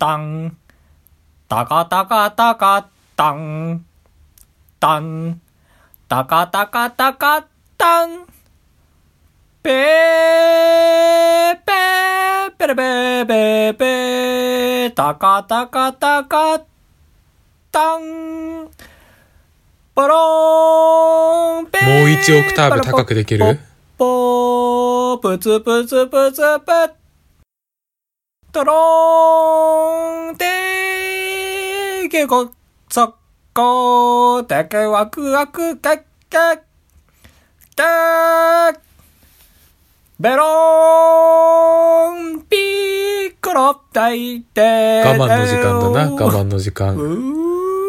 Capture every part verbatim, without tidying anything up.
タン、タカタカタカタン、タン、タカタカタカタン、ペーペーペレペーペーペー、タカタカタカタン、ポローンペー、 もう一オクターブ高くできる？ ポープツプツプツプトローンテーケコソッコーテケワクワクケッケッケッベローンピーコロ大帝我慢の時間だな、我慢の時間。 うー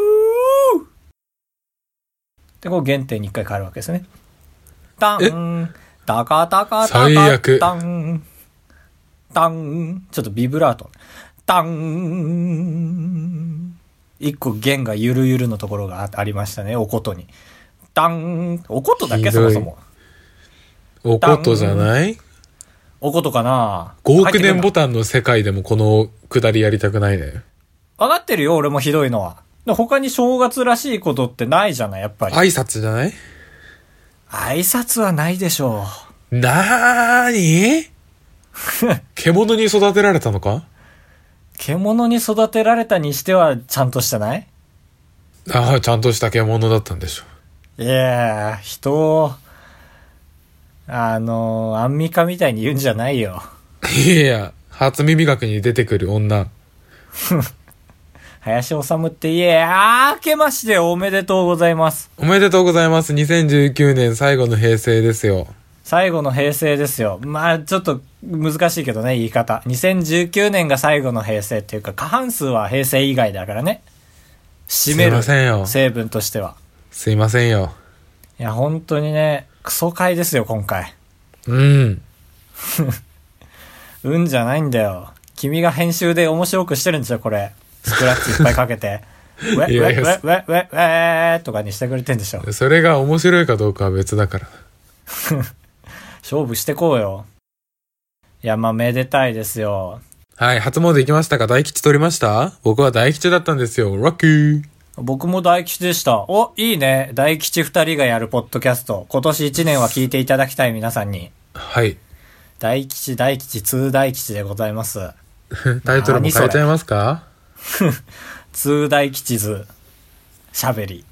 で、こう原点に一回変わるわけですね。タン、タカタカタカタン、タン、ちょっとビブラート。タン、一個弦がゆるゆるのところがありましたね、おことに。タン、おことだっけそもそも。 おことじゃない？ おことかな？ ごおく年ボタンの世界でもこのくだりやりたくないね。 わかってるよ、俺もひどいのは。他に正月らしいことってないじゃない、やっぱり。 挨拶じゃない？ 挨拶はないでしょう。なーに獣に育てられたのか？ 獣に育てられたにしてはちゃんとしたない？ ああ、ちゃんとした獣だったんでしょ。 いやー、人を、あの、アンミカみたいに言うんじゃないよ。 いや、初耳学に出てくる女。 林修って言え、あー、明けましておめでとうございます。 おめでとうございます。にせんじゅうきゅうねん最後の平成ですよ。 最後の平成ですよ。まあちょっと難しいけどね、言い方。にせんじゅうきゅうねんが最後の平成っていうか、過半数は平成以外だからね。占める成分としては。 すいませんよ。 いや、本当にね、クソ回ですよ、今回。 うん。 うんじゃないんだよ。君が編集で面白くしてるんですよ、これ。スクラッチいっぱいかけて。ウェウェウェウェウェウェウェとかにしてくれてんでしょ。 それが面白いかどうかは別だから。 勝負してこうよ。いや、まあ、めでたいですよ。 はい、初詣行きましたか？大吉取りました？僕は大吉だったんですよ。ラッキー。 僕も大吉でした。お、いいね。大吉二人がやるポッドキャスト。今年一年は聞いていただきたい皆さんに。 はい。 大吉、大吉、通大吉でございます。 タイトルも変えちゃいますか？ 通大吉図。しゃべり。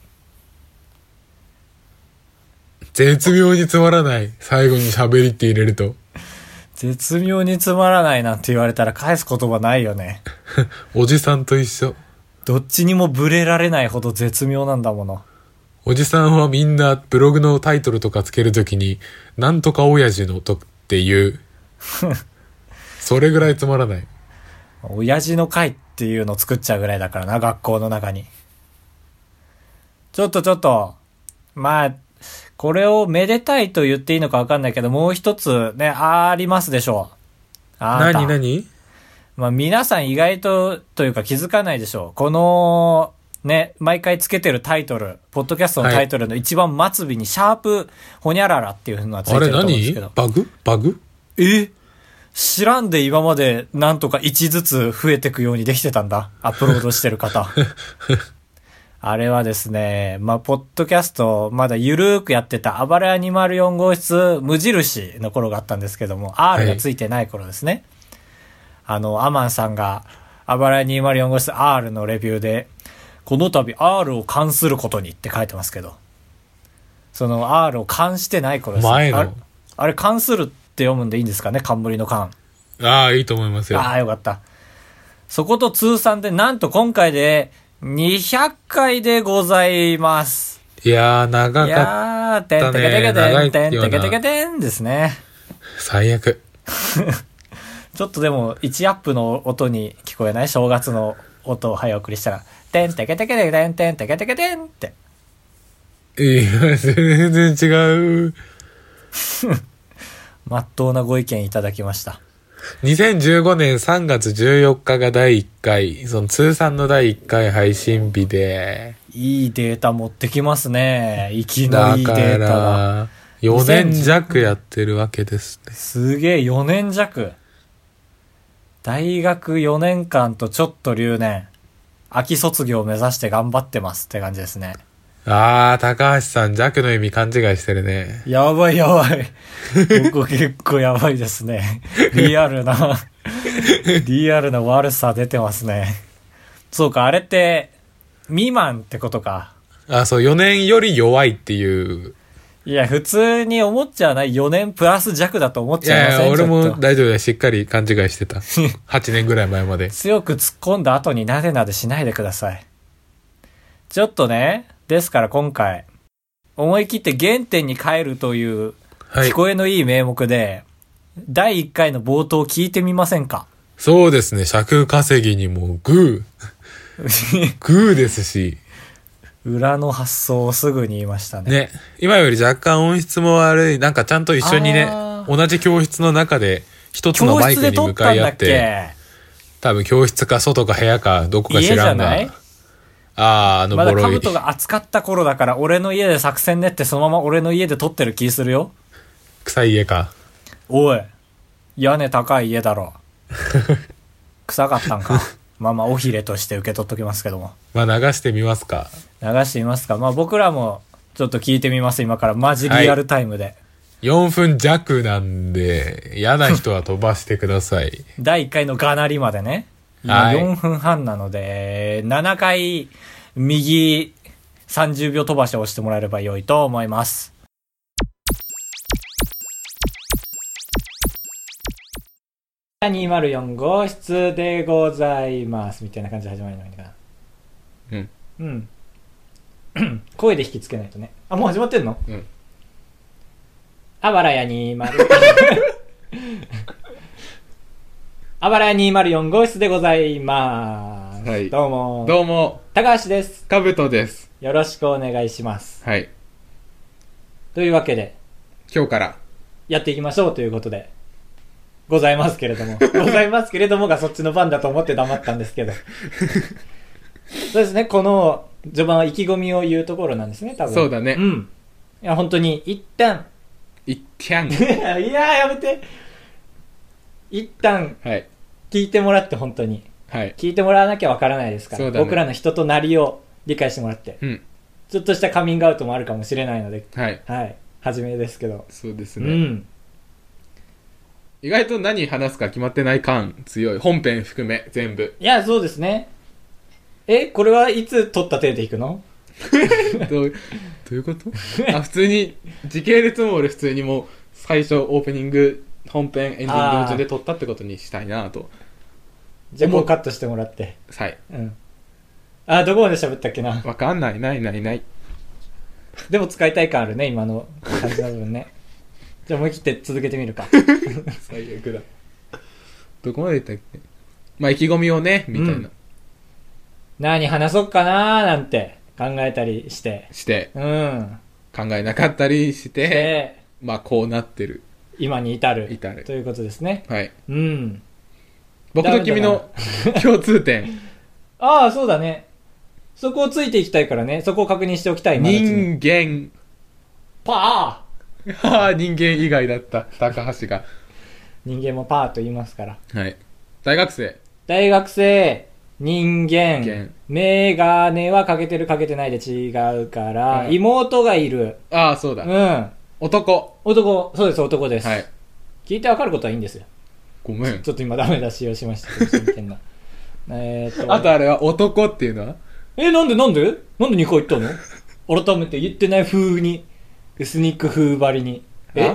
絶妙につまらない。最後に喋りって入れると。 絶妙につまらないなんて言われたら返す言葉ないよね。 おじさんと一緒。 どっちにもブレられないほど絶妙なんだもの。 おじさんはみんなブログのタイトルとかつけるときに、なんとか親父のとって言う。それぐらいつまらない。 親父の会っていうのを作っちゃうぐらいだからな、学校の中に。ちょっとちょっと、まあ、これをめでたいと言っていいのか分かんないけど、もう一つね、ありますでしょう。 なになに？ まあ皆さん意外とというか気づかないでしょう。このね、毎回つけてるタイトル、ポッドキャストのタイトルの一番末尾にシャープホニャララっていうのがついてると思うんですけど。 あれ何？バグ？バグ？ え？知らんで今までなんとかいちずつ増えてくようにできてたんだ。アップロードしてる方。あれはですね、まあ、ポッドキャスト、まだゆるーくやってた、あばれやにまるよん号室無印の頃があったんですけども、R がついてない頃ですね。はい、あの、アマンさんが、あばれやにまるよん号室 R のレビューで、この度 R を冠することにって書いてますけど、その R を冠してない頃です。 前の。 あれ、あれ冠するって読むんでいいんですかね、冠の冠。 ああ、いいと思いますよ。 ああ、よかった。そこと通算で、なんと今回で、にひゃっかいでございます。 いやー、長かったね。 いやー、てんてけてけてん、てんてけてけてんですね。 最悪。 ちょっとでも、いちアップの音に聞こえない？正月の音を早送りしたら、てんてけてけてけてん、てんてけてけてんって。 いや、全然違う。 まっとうなご意見いただきました。 にせんじゅうごねんさんがつじゅうよっかがだいいっかい、その通算のだいいっかい配信日で。 いいデータ持ってきますね。生きのいいデータが。だからよねん弱やってるわけですね。 すげえ、よねん弱。 大学よねんかんとちょっと留年。秋卒業を目指して頑張ってますって感じですね。 あー、高橋さん弱の意味勘違いしてるね。 やばいやばい。ここ結構やばいですね。リアルな、リアルな悪さ出てますね。そうか、あれって、未満ってことか。 あ、そう、よねんより弱いっていう。 いや、普通に思っちゃわない。よねんプラス弱だと思っいちゃいません？ やいや、俺もちょっと大丈夫だよ。しっかり勘違いしてた。はちねんぐらい前まで。 強く突っ込んだ後になでなでしないでください。ちょっとね、ですから今回、思い切って原点に帰るという、聞こえのいい名目で、はい、だいいっかいの冒頭聞いてみませんか？ そうですね。尺稼ぎにもグー。グーですし。 裏の発想をすぐに言いましたね。 ね。今より若干音質も悪い。なんかちゃんと一緒にね、同じ教室の中で一つのマイクに向かい合って、多分教室か外か部屋かどこか知らんが。 家じゃない？ あー、あのボロい。 まだカブトが熱かった頃だから俺の家で作戦練ってそのまま俺の家で撮ってる気するよ。 臭い家か。 おい。屋根高い家だろ。臭かったんか。まあまあおひれとして受け取っときますけども。 まあ流してみますか。 流してみますか。まあ僕らもちょっと聞いてみます。今からマジリアルタイムで。はい、 よんぷん弱なんで嫌な人は飛ばしてください。 だいいっかいのがなりまでね。今よんぷんはんなので、ななかい右さんじゅうびょう飛ばしを押してもらえれば良いと思います。にまるよん号室でございますみたいな感じで始まるのいいかな。 うんうん声で引きつけないとね。あ、もう始まってんの？ うん。 あばらやにまるあばらやにまるよん号室でございます。はい。どうも。 どうも。 高橋です。 かぶとです。 よろしくお願いします。 はい。 というわけで、 今日からやっていきましょうということで。ございますけれども。ございますけれどもがそっちの番だと思って黙ったんですけど。そうですね、この序盤は意気込みを言うところなんですね、多分。 そうだね。 うん。いや、本当に、一旦。 一旦。 いや、やめて。一旦、 はい。 聞いてもらって本当に。 はい。 聞いてもらわなきゃわからないですから。そうだね。僕らの人となりを理解してもらって。 うん。 ちょっとしたカミングアウトもあるかもしれないので。 はい。 はい。初めですけど。 そうですね。 うん。 意外と何話すか決まってない感強い。本編含め全部。 いや、そうですね。え、これはいつ撮った手でいくの？ どう、どういうことあ、普通に、時系列も俺普通にもう最初オープニング、本編、エンディング順で撮ったってことにしたいなと。 じゃあこうカットしてもらって。 はい。 うん。あ、どこまで喋ったっけな。 わかんない、ないないない。 でも使いたい感あるね、今の感じの部分ね。じゃあ思い切って続けてみるか。 最悪だ。どこまで言ったっけ？まあ意気込みをね、みたいな。うん、 何話そうかなーなんて考えたりして。 して。 うん。 考えなかったりして、 してまあこうなってる。 今に至る。 至る。 ということですね。 はい。 うん。 僕と君の共通点。 ああ、そうだね。そこをついていきたいからね。そこを確認しておきたい。 人間。 パーはあ、人間以外だった。高橋が。 人間もパーと言いますから。 はい。大学生。 大学生、人間。 人間メガネはかけてるかけてないで違うから、はい、妹がいる。 ああ、そうだ。 うん。 男。 男、そうです、男です。 はい。 聞いてわかることはいいんですよ。 ごめん。 ちょっと今ダメ出しをしましたけど、真剣な。えーっと。 あとあれは男っていうのはえ、なんでなんでなんでにかい言ったの？改めて言ってない風に。エスニック風張りに。え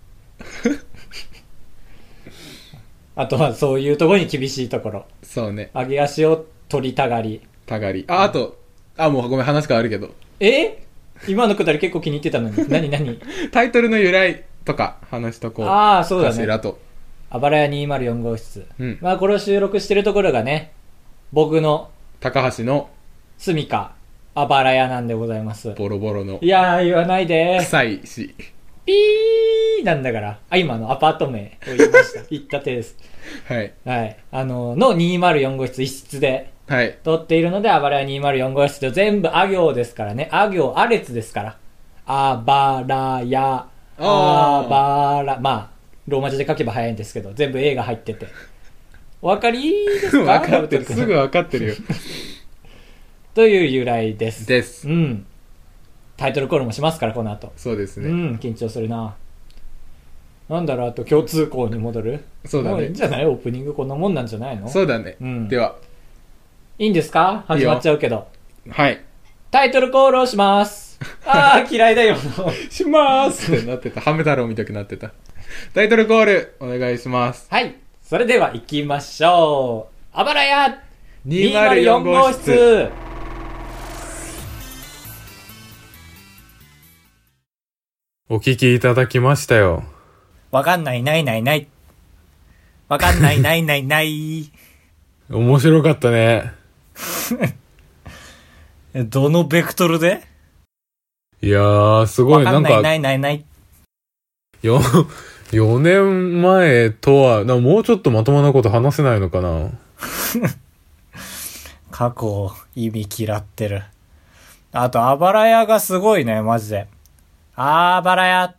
あとはそういうところに厳しいところ。 そうね。 上げ足を取りたがり。 たがり。あ、あと、あ、もうごめん話変わるけど。 え今のくだり結構気に入ってたのに。何何タイトルの由来とか話しとこう。 ああ、そうだね。 と。 あばらやにまるよん号室。 うん。 まあこれを収録してるところがね、僕の高橋の住処、あばらやなんでございます。 ボロボロの。 いやー言わないで。 臭いし。 ピーなんだから。あ、今のアパート名を言いました。言った手です。 はい。 はい。あの、のにまるよん号室一室で。 はい。 撮っているので、あばらやにまるよん号室で全部あ行ですからね。あ行、あ列ですから。あばらや、あばら、まあ、ローマ字で書けば早いんですけど、全部 A が入ってて。 お分かりですか？ 分かってる。すぐ分かってるよ。 という由来です。 です。 うん。タイトルコールもしますから、この後。 そうですね。 うん、緊張するな。なんだろう、あと共通項に戻る？ そうだね。 もういいんじゃない？オープニングこんなもんなんじゃないの？ そうだね。 うん。 では。 いいんですか？始まっちゃうけど。 いいはい。 タイトルコールをします。ああ、嫌いだよ。 しまーすってなってた。ハム太郎みたくなってた。タイトルコール、お願いします。 はい。それでは行きましょう。あばらやにまるよん号室。お聞きいただきましたよ。 わかんないないないない。わかんないないないない。 面白かったね。 どのベクトルで？ いやー、すごい、なんか。わかんないないないない。 よ、よねんまえとは、なんかもうちょっとまともなこと話せないのかな。 過去を意味嫌ってる。あと、あばらやがすごいね、マジで。あばらや。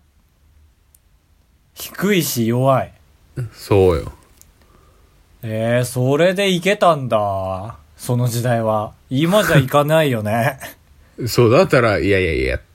低いし弱い。 そうよ。 えー、それでいけたんだ。その時代は。今じゃいかないよね。 そうだったら、いやいやいやって。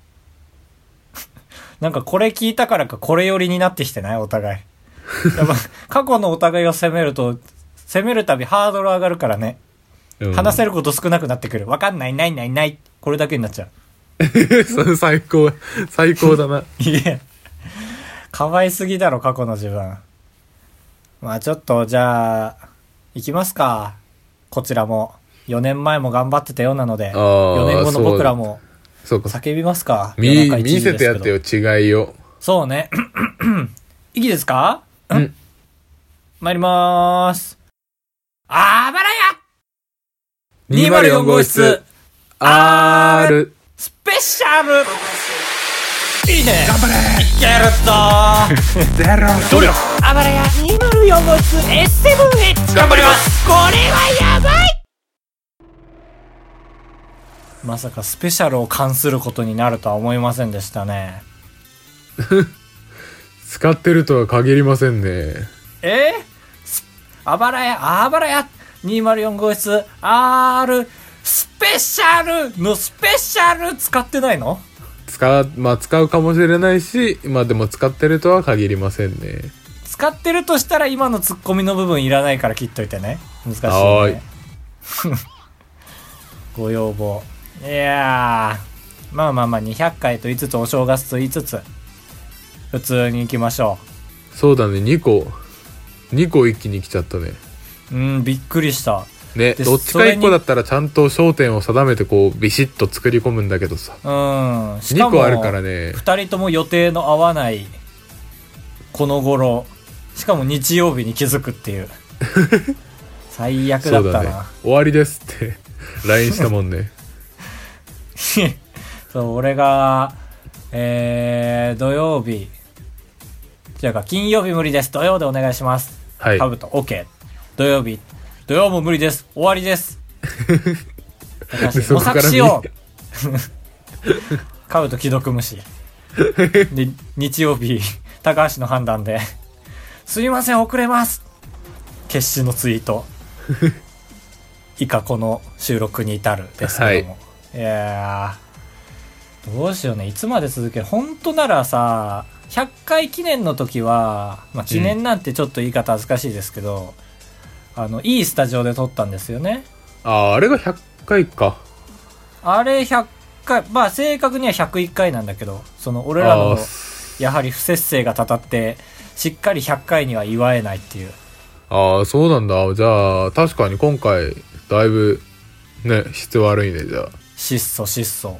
なんかこれ聞いたからかこれ寄りになってきてないお互い。やっぱ過去のお互いを責めると、責めるたびハードル上がるからね。うん、話せること少なくなってくる。わかんないないないない。これだけになっちゃう。 それ最高、最高だな。 いや、かわいすぎだろ、過去の自分。まあちょっと、じゃあ、行きますか。こちらも。よねんまえも頑張ってたようなので、よねんごの僕らも、叫びますか。 見、見せてやってよ、違いよ。 そうね。いいですか？うん。参りまーす。あばらや !にまるよん 号室 R スペシャルいいね。 頑張れいけるぞーゼロどれあばらやにまるよん号室 エスセブンエイチ 頑張ります。これはやばい。まさかスペシャルを冠することになるとは思いませんでしたね。 使ってるとは限りませんね。 えー、あばらやあばらやにまるよん号室 R スペシャルのスペシャル使ってないの？ 使う、まあ使うかもしれないし、まあでも使ってるとは限りませんね。 使ってるとしたら今のツッコミの部分いらないから切っといてね。難しいね。 はい。 ご要望。いやー、まあまあまあにひゃっかいと言いつつお正月と言いつつ普通に行きましょう。そうだね、にこにこ一気に来ちゃったね。 うん、びっくりしたね。どっちかいっこだったらちゃんと焦点を定めてこうビシッと作り込むんだけどさ。 うん。しかもにこあるからね。 ふたりとも予定の合わないこの頃、しかも日曜日に気づくっていう最悪だったな。そうだね、 終わりですって ライン したもんね。 そう、俺がえー、土曜日じゃあ金曜日無理です、土曜でお願いします。 はい。 カブト OK。 土曜日土曜も無理です、終わりです。模索しよう。カブト既読無視で、日曜日高橋の判断ですいません遅れます決死のツイート以下この収録に至るですけども、はい、いやーどうしようね、いつまで続ける。本当ならさひゃっかい記念の時は、まあ、記念なんてちょっと言い方恥ずかしいですけど、うん、あのいいスタジオで撮ったんですよね。 ああ、あれがひゃっかいか。 あれひゃっかい、まあ正確にはひゃくいっかいなんだけど、その俺らのやはり不節制がたたってしっかりひゃっかいには祝えないっていう。 ああ、そうなんだ。じゃあ確かに今回だいぶね質悪いね。じゃあ質素質素。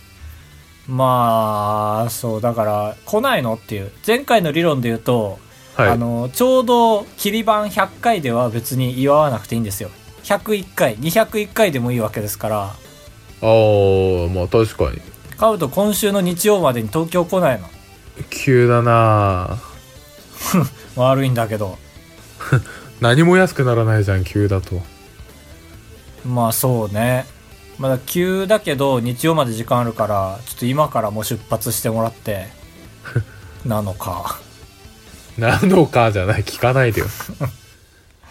まあそうだから来ないのっていう、前回の理論で言うと、はい、あのちょうど切り板ひゃっかいでは別に祝わなくていいんですよ。ひゃくいっかいにひゃくいっかいでもいいわけですから。ああ、 まあ確かに。 買うと今週の日曜までに東京来ないの。 急だな。 悪いんだけど。 何も安くならないじゃん急だと。 まあそうね、まだ急だけど日曜まで時間あるからちょっと今からもう出発してもらってなのかなのかじゃない、聞かないでよ。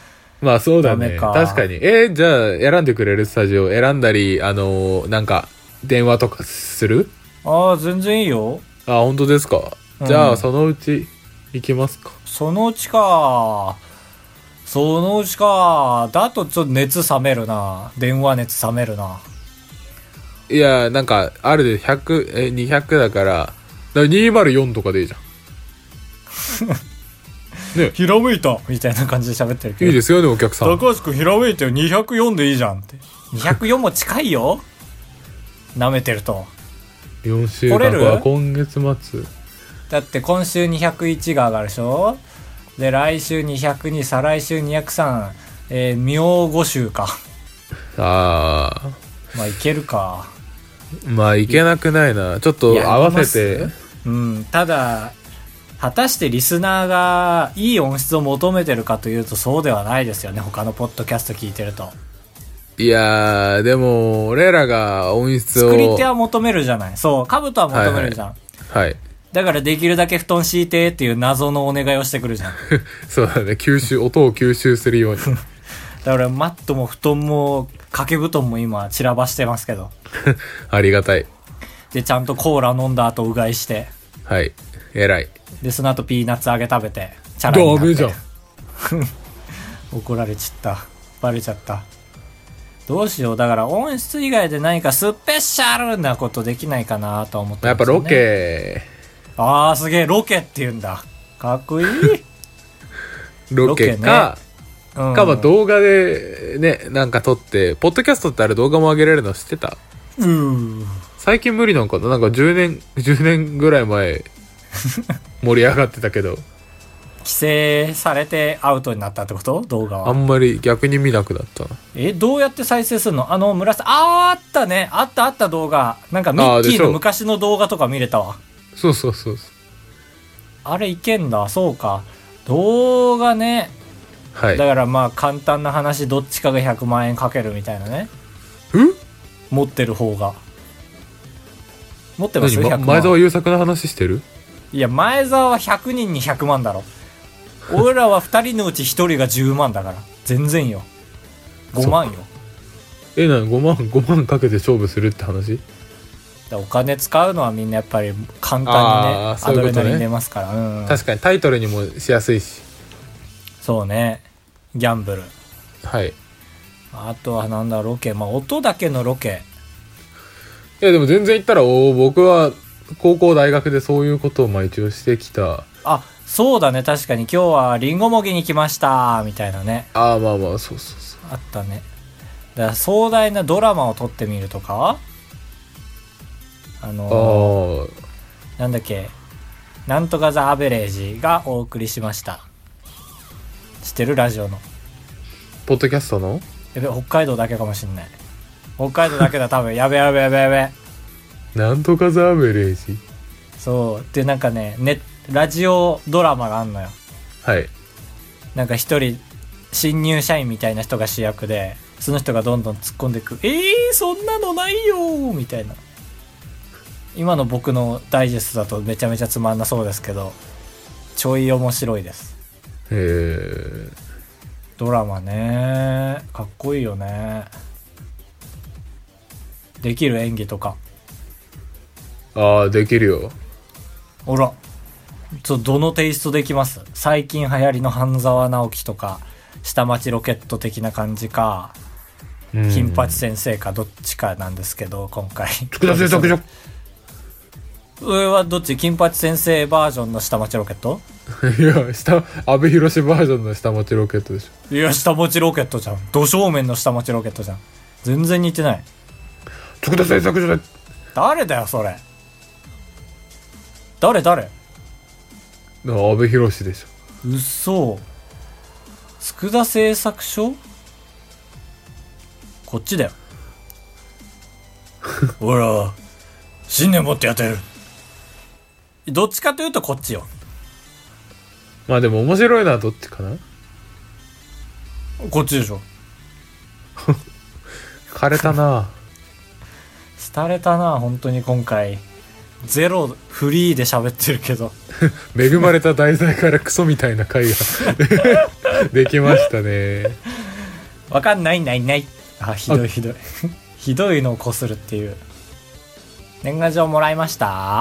まあそうだね。 ダメか確かに。えー、じゃあ選んでくれるスタジオ選んだり、あのー、なんか電話とかする？ ああ、全然いいよ。 あ、本当ですか。 うんじゃあそのうち行きますか。 そのうちか。そのうちか。だとちょっと熱冷めるな。電話熱冷めるな。 いや、なんかあるでひゃく、え、にひゃくだから、だからにひゃくよんとかでいいじゃん。ね。 ひらめいたみたいな感じで喋ってるけど。 いいですよね、お客さん。 高橋くんひらめいたよ。にひゃくよんでいいじゃんって。にひゃくよんも近いよ。舐めてると。 よんしゅうかんは今月末。 だって今週にひゃくいちが上がるでしょ。で来週にひゃくに、再来週にひゃくさん、えー、明後週か。 ああ。 まあいけるか。 まあいけなくないな。ちょっと合わせて。 うん。ただ果たしてリスナーがいい音質を求めてるかというとそうではないですよね。他のポッドキャスト聞いてると。 いやーでも俺らが音質を作り手は求めるじゃない。そう、カブトは求めるじゃん。 はい、はいはい、 だからできるだけ布団敷いてっていう謎のお願いをしてくるじゃん。 そうだね。吸収音を吸収するように。 だからマットも布団も掛け布団も今散らばしてますけど。 ありがたい。 でちゃんとコーラ飲んだ後うがいして。 はい。偉い。 でその後ピーナッツ揚げ食べてチャラになって。ダメじゃん。怒られちゃった。バレちゃった。どうしよう。だから音質以外で何かスペシャルなことできないかなと思ってますよね。 やっぱロケ。 ああすげえ、ロケって言うんだ。かっこいい。 ロケか、 ロケね、うん、 かまあ動画でねなんか撮って、ポッドキャストってあれ動画も上げられるの知ってた？ うん。 最近無理なんかな。なんかじゅうねんじゅうねんぐらい前盛り上がってたけど。 規制されてアウトになったってこと？動画は。 あんまり逆に見なくなったな。 え、どうやって再生するの？あの紫、あーあったね。あったあった動画。なんかミッキーの昔の動画とか見れたわ。 そうそうそうそう。 あれいけんだ。そうか。動画ね。 はい。 だからまあ簡単な話、どっちかがひゃくまんえんかけるみたいなね。 ん？ 持ってる方が。持ってます？ ひゃく 万。 前澤友作の話してる？ いや、前澤はひゃくにんにひゃくまんだろ。俺らはふたりのうちひとりがじゅうまんだから。全然よ。ごまんよ。 え、なにごまん、ごまんかけて勝負するって話？ お金使うのはみんなやっぱり簡単にね、アドレナリン出ますから、うん、 確かにタイトルにもしやすいし。 そうね。ギャンブル。 はい。 あとはなんだ、ロケ。まあ音だけのロケ。 いやでも全然言ったら、お僕は高校大学でそういうことをまあ一応してきた。 あ、そうだね。確かに今日はリンゴもぎに来ましたみたいなね。 ああ、まあまあ、そうそうそう。 あったね。だから壮大なドラマを撮ってみるとか、あのー、あなんだっけ、なんとかザアベレージがお送りしました。知ってる？ラジオのポッドキャストの？ やべ、北海道だけかもしんない。北海道だけだ多分。やべやべやべやべ。 なんとかザアベレージ。 そうで、なんかね、ね、ラジオドラマがあんのよ。 はい。 なんか一人新入社員みたいな人が主役で、その人がどんどん突っ込んでいく。えー、そんなのないよーみたいな。今の僕のダイジェストだとめちゃめちゃつまんなそうですけど、ちょい面白いです。 へー。 ドラマね、かっこいいよね。できる演技とか。 ああ、できるよ。 ほら、ちょっとどのテイストできます？最近流行りの半沢直樹とか下町ロケット的な感じか、金八先生か、どっちかなんですけど、今回佃製作所。 上はどっち？金八先生バージョンの下町ロケット？ いや、下阿部寛バージョンの下町ロケットでしょ。いや、下町ロケットじゃん。ど正面の下町ロケットじゃん。全然似てない。 佃製作所だ。 誰だよそれ。誰誰？ 阿部寛でしょ。 うっそ。佃製作所？こっちだよ。ほら、信念持ってやってる。どっちかというとこっちよ。 まあでも面白いのはどっちかな。 こっちでしょ。 枯れたな。 廃れたな本当に。今回ゼロフリーで喋ってるけど恵まれた題材からクソみたいな回ができましたね。 わかんないないない。あ、ひどいひどい。ひどいのをこするっていう。年賀状もらいました？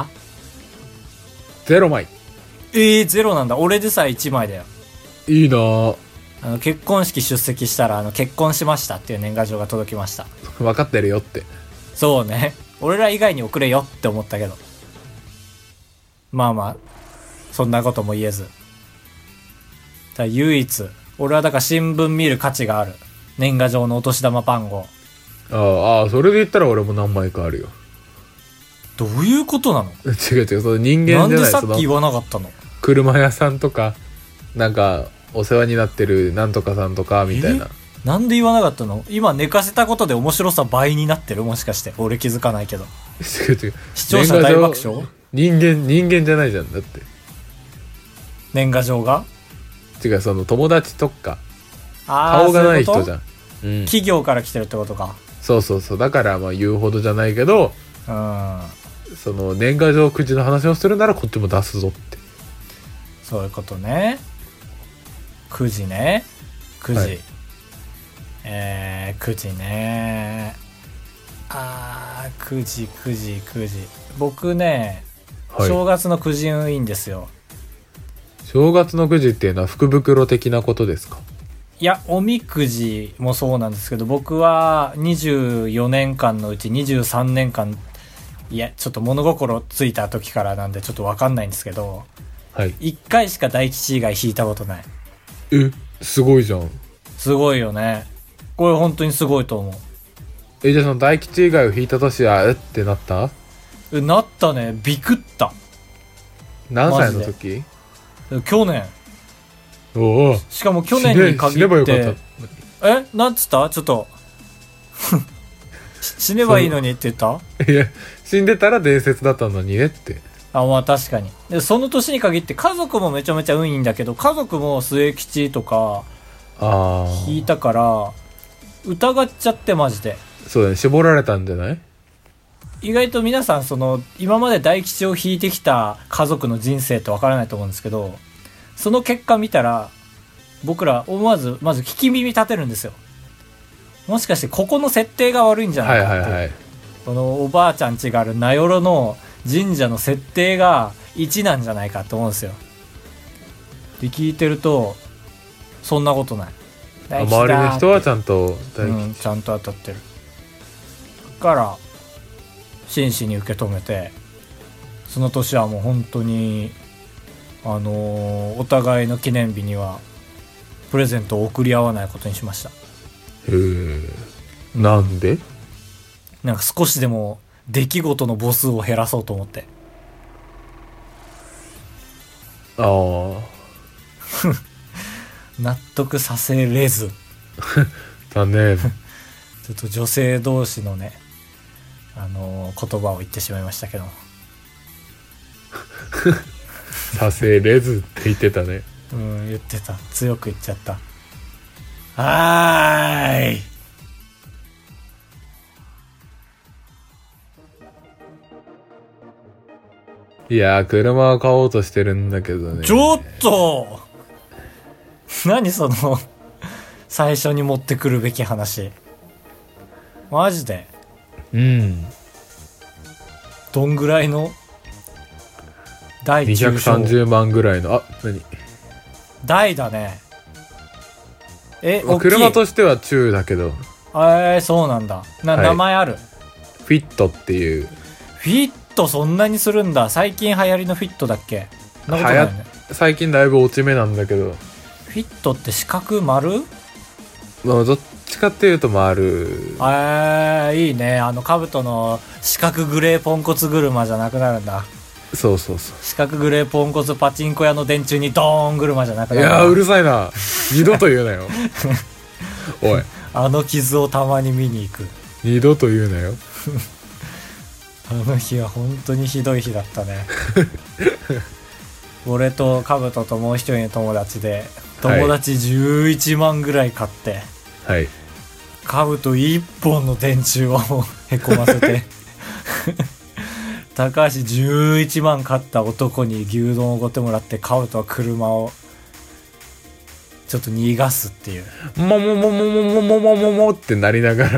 ゼロまい。 えー、ゼロなんだ。俺でさえいちまいだよ。 いいなぁ。 あの結婚式出席したらあの結婚しましたっていう年賀状が届きました。 分かってるよって。 そうね。俺ら以外に送れよって思ったけど。まあまあ、そんなことも言えず。だ唯一、俺はだから新聞見る価値がある。年賀状のお年玉番号。 ああ、ああ、それで言ったら俺も何枚かあるよ。 どういうことなの？ 違う違う、その人間じゃない。 なんでさっき言わなかったの？ 車屋さんとか、なんか、お世話になってるなんとかさんとかみたいな。 なんで言わなかったの？今寝かせたことで面白さ倍になってる？もしかして俺気づかないけど。 違う違う、 視聴者大爆笑？ 人間人間じゃないじゃん。だって年賀状が違う、その友達とかあ顔がない人じゃん。 ういう、うん、企業から来てるってことか。 そうそうそう、だからまあ言うほどじゃないけど、 うん、 その年賀状くじの話をするならこっちも出すぞって。 そういうことね。くじね、くじ、はい、えー、くじね。あー、くじくじくじ。僕ね、はい、正月のくじ運いいんですよ。 正月のくじっていうのは福袋的なことですか？ いや、おみくじもそうなんですけど、僕はにじゅうよねんかんのうちにじゅうさんねんかん、いやちょっと物心ついた時からなんでちょっと分かんないんですけど、 はい、 いっかいしか大吉以外引いたことない。 え、すごいじゃん。 すごいよね。これ本当にすごいと思う。 え、じゃあその大吉以外を引いた年はえってなった？ え、なったね。ビクった。 何歳の時？ 去年。 おお。 しかも去年に限って死ねばよかった。え、なんつった？ちょっと死ねばいいのにって言った？ いや、死んでたら伝説だったのにねって。 あ、まあ確かに。でその年に限って家族もめちゃめちゃ運いいんだけど、家族も末吉とか引いたから疑っちゃって、マジで。 そうだね、絞られたんじゃない？ 意外と皆さんその今まで大吉を引いてきた家族の人生ってわからないと思うんですけど、その結果見たら僕ら思わずまず聞き耳立てるんですよ。もしかしてここの設定が悪いんじゃないかって、はいはいはい、そのおばあちゃん家がある名寄の神社の設定がいちなんじゃないかと思うんですよ。で聞いてるとそんなことない。 周りの人はちゃんと大吉、 うん、ちゃんと当たってるから真摯に受け止めて、その年はもう本当にあのー、お互いの記念日にはプレゼントを贈り合わないことにしました。 へえ。なんで？ なんか少しでも出来事の母数を減らそうと思って。 ああ。 納得させれず。 だね。 ちょっと女性同士のね、あのー、言葉を言ってしまいましたけど。 させれずって言ってたね。 うん、言ってた。強く言っちゃった。はーい。 いやー、車を買おうとしてるんだけどね。 ちょっと何その最初に持ってくるべき話。マジで？ うん。 どんぐらいの？大中小にひゃくさんじゅうまんぐらいの。あ、何？ 大だね。え、 まあ、車としては中だけど。 えー、そうなんだ。な、はい、名前ある？ フィットっていう。 フィットそんなにするんだ。最近流行りのフィットだっけ？そんなことないね。 最近だいぶ落ち目なんだけど。 フィットって四角丸？ まあどっちかっていうと丸。 えー、いいね。あの兜の四角グレーポンコツ車じゃなくなるんだ。 そうそうそう。 四角グレーポンコツパチンコ屋の電柱にドーン車じゃなくなるんだ。 いやーうるさいな。二度と言うなよ。おい。 あの傷をたまに見に行く。 二度と言うなよ。 あの日は本当にひどい日だったね。俺とカブトともう一人の友達で友達じゅういちまんぐらい買って、 はい、 カブトいっぽんの電柱をへこませて高橋じゅういちまん買った男に牛丼をおごってもらって、カブトは車をちょっと逃がすっていう。 ももももももももももってなりながら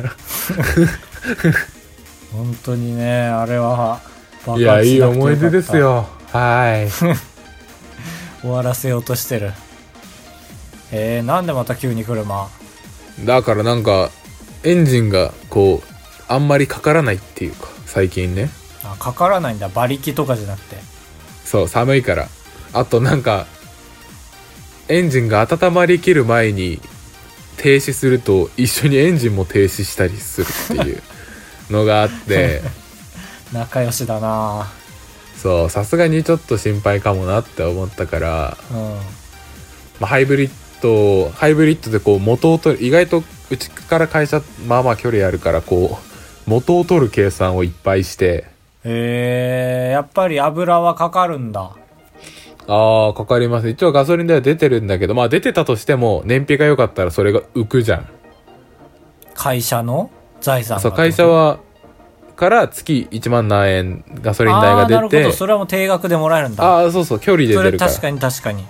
本当にね、あれは爆発しなくてよかった。いや、いい思い出ですよ。はい終わらせようとしてる。えー、なんでまた急に車？ だからなんかエンジンがこうあんまりかからないっていうか、最近ね。 あ、かからないんだ。馬力とかじゃなくて。 そう、寒いから。あとなんかエンジンが温まりきる前に停止すると一緒にエンジンも停止したりするっていうのがあって仲良しだな。 そう、さすがにちょっと心配かもなって思ったから、 うん、 まあ、ハイブリッドハイブリッドでこう元を取る、意外とうちから会社まあまあ距離あるから、こう元を取る計算をいっぱいして。 へえ、やっぱり油はかかるんだ。 ああ、かかります。一応ガソリン代は出てるんだけど、まあ出てたとしても燃費が良かったらそれが浮くじゃん。 会社の財産が。 そう、会社はから月いちまん何円ガソリン代が出て。 ああ、なるほど。それはもう定額でもらえるんだ。 ああ、そうそう、距離で出るから。 それ確かに確かに。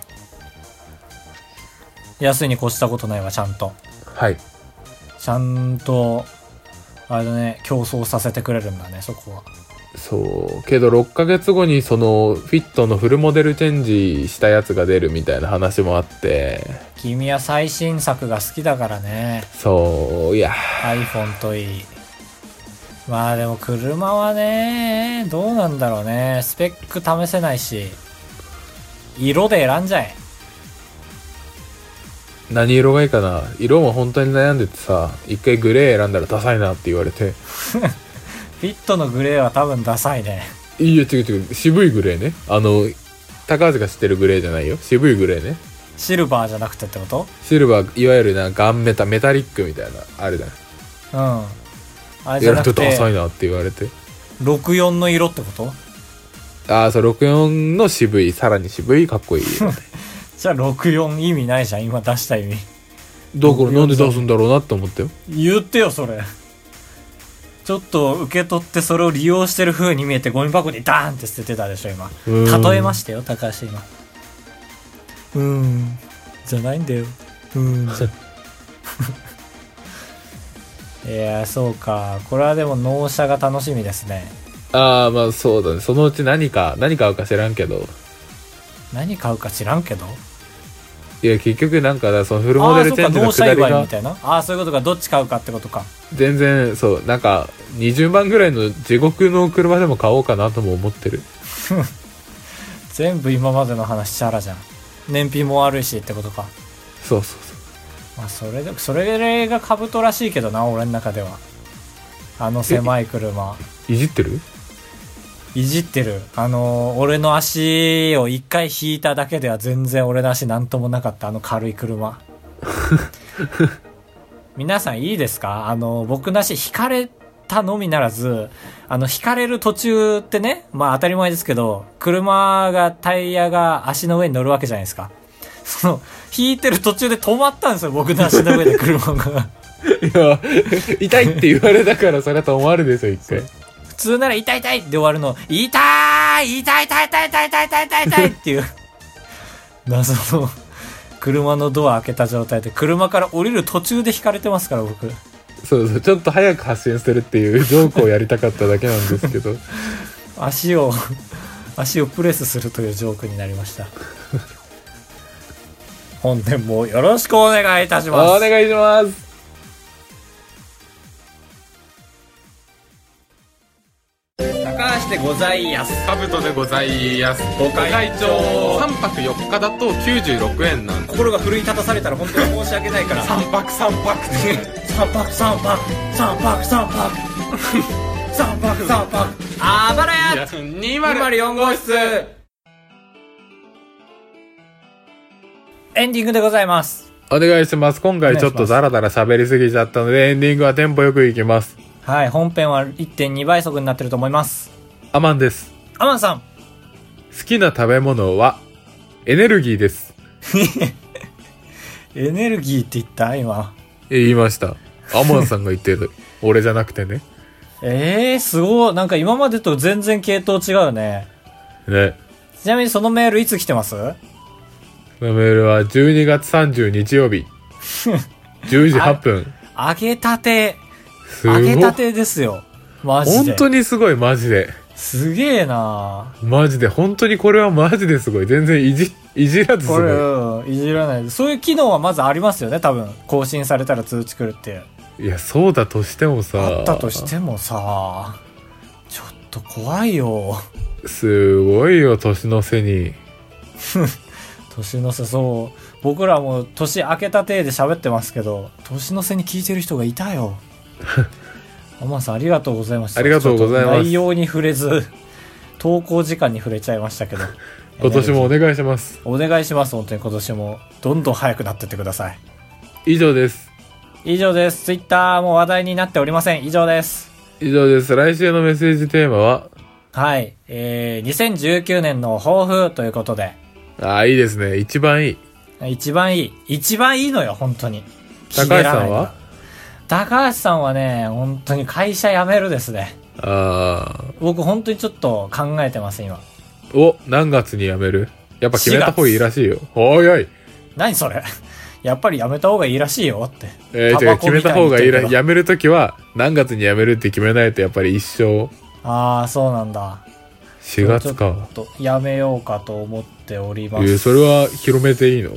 安いに越したことないわ、ちゃんと。 はい。 ちゃんと、あれだね、競争させてくれるんだね、そこは。 そうけどろっかげつごにそのフィットのフルモデルチェンジしたやつが出るみたいな話もあって。 君は最新作が好きだからね。 そう、いや iPhone といい。まあでも車はね、どうなんだろうね。スペック試せないし、色で選んじゃえ。 何色がいいかな。色も本当に悩んでてさ、一回グレー選んだらダサいなって言われてフィットのグレーは多分ダサいね。 いや違う違う、渋いグレーね。あの高橋が知ってるグレーじゃないよ、渋いグレーね。 シルバーじゃなくてってこと？ シルバー、いわゆるなガンメタメタリックみたいなあれだね。 うん、あれじゃなくてダサいなって言われて。 ろくじゅうよんの色ってこと？ ああ、そう、ろくじゅうよんの渋い、さらに渋いかっこいい色、ね、 じゃあろくじゅうよん意味ないじゃん、今出した意味。 だからなんで出すんだろうなって思ったよ。 言ってよそれ。ちょっと受け取ってそれを利用してる風に見えてゴミ箱にダーンって捨ててたでしょ今。例えましたよ高橋今。うーんじゃないんだよ。うーんいやそうか、これはでも納車が楽しみですね。 ああ、まあそうだね。そのうち何か何買うか知らんけど。 何買うか知らんけど。 いや結局なんかだ、そのフルモデルチェンジのくだりが、 みたいな。ああ、そういうことか。どっち買うかってことか。 全然そう、なんかにじゅうまんぐらいの地獄の車でも買おうかなとも思ってる全部今までの話チャラじゃん。燃費も悪いしってことか。 そうそうそう。 まあそれでそれが兜らしいけどな、俺の中では。あの狭い車いじってるいじってる。あのー、俺の足を一回引いただけでは全然俺の足なんともなかった、あの軽い車皆さんいいですか？あのー、僕の足引かれたのみならず、あの引かれる途中ってね、まあ当たり前ですけど、車がタイヤが足の上に乗るわけじゃないですか。その引いてる途中で止まったんですよ、僕の足の上で車がいや痛いって言われたからそれはと思われるですよ一回。 普通なら痛い痛いって終わるの、痛い痛い痛い痛い痛い痛い痛い痛い痛い痛いっていう謎の車のドア開けた状態で車から降りる途中で引かれてますから僕。 そうそう、ちょっと早く発進するっていうジョークをやりたかっただけなんですけど足を足をプレスするというジョークになりました本年もよろしくお願いいたします。 お願いします。 高橋でございやす。 カブトでございやす。ご会長さんぱくよっかだときゅうじゅうろくえんなんで。 心が奮い立たされたら本当に申し訳ないからさんぱくさんぱくってさんぱくさんぱくさんぱくさんぱくさんぱくさんぱくあばらやにまるよん号室。エンディングでございます。 お願いします。今回ちょっとダラダラ喋りすぎちゃったのでエンディングはテンポよくいきます。 はい、本編は いってんに 倍速になってると思います。 アマンです。 アマンさん、 好きな食べ物はエネルギーですエネルギーって言った今。 言いました。アマンさんが言ってる俺じゃなくてね。 えー、すごい。なんか今までと全然系統違うね。 ね。 ちなみにそのメールいつ来てます？ のメールはじゅうにがつさんじゅう日曜日じゅうじはっぷん。 揚げたてすごい。 揚げたてですよマジで。 本当にすごいマジで。 すげえなマジで本当にこれはマジですごい。全然いじいじらずすごい。 これ、うん、いじらない。そういう機能はまずありますよね多分。更新されたら通知来るっていう。 いやそうだとしてもさ、 あったとしてもさ、ちょっと怖いよ。 すごいよ年の瀬に年の瀬、そう僕らも年明けたてで喋ってますけど、年の瀬に聞いてる人がいたよ。アマンさんありがとうございました。 ありがとうございます。 内容に触れず投稿時間に触れちゃいましたけど今年もお願いします。 お願いします。本当に今年もどんどん早くなってってください。 以上です。 以上です。ツイッターも話題になっておりません。以上です。 以上です。来週のメッセージテーマは、 はい、えー、にせんじゅうきゅうねんの抱負ということで。 ああいいですね。一番いい。 一番いい一番いいのよ本当に。 高橋さんは？ 高橋さんはね本当に会社辞めるですね。 ああ。 僕本当にちょっと考えてます今。 お、何月に辞める？やっぱ決めた方がいいらしいよ。おいおい。 何それやっぱり辞めた方がいいらしいよって。 えー、違う、決めた方がいいらしい。辞めるときは何月に辞めるって決めないとやっぱり一生。 ああそうなんだ。 しがつか。 ちょっと辞めようかと思っております。 えー、それは広めていいの？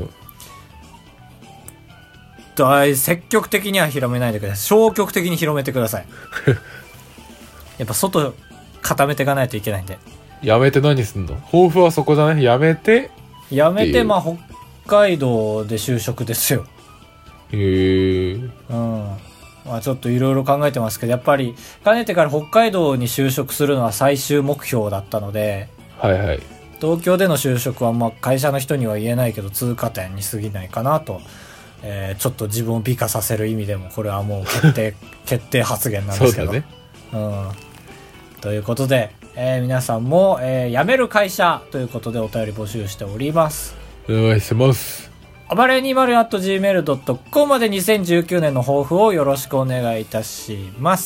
大積極的には広めないでください。消極的に広めてください。やっぱ外固めていかないといけないんで。 やめて何すんの？抱負はそこじゃない？やめてやめてまあ北海道で就職ですよ。 へえ。 うん。まあちょっといろいろ考えてますけど、やっぱりかねてから北海道に就職するのは最終目標だったので、 はいはい。 東京での就職はまあ会社の人には言えないけど通過点に過ぎないかなと。えー、ちょっと自分を美化させる意味でもこれはもう決定決定発言なんですけど。 そうだね。 うん。ということで、えー、皆さんも、えー、辞める会社ということでお便り募集しております。 お願いします。 あばれにまる アットジーメールドットコム までにせんじゅうきゅうねんの抱負をよろしくお願いいたします。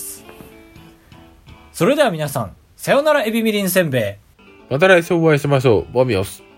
それでは皆さん、さよならエビみりんせんべい。 また来週お会いしましょう。ボミオス。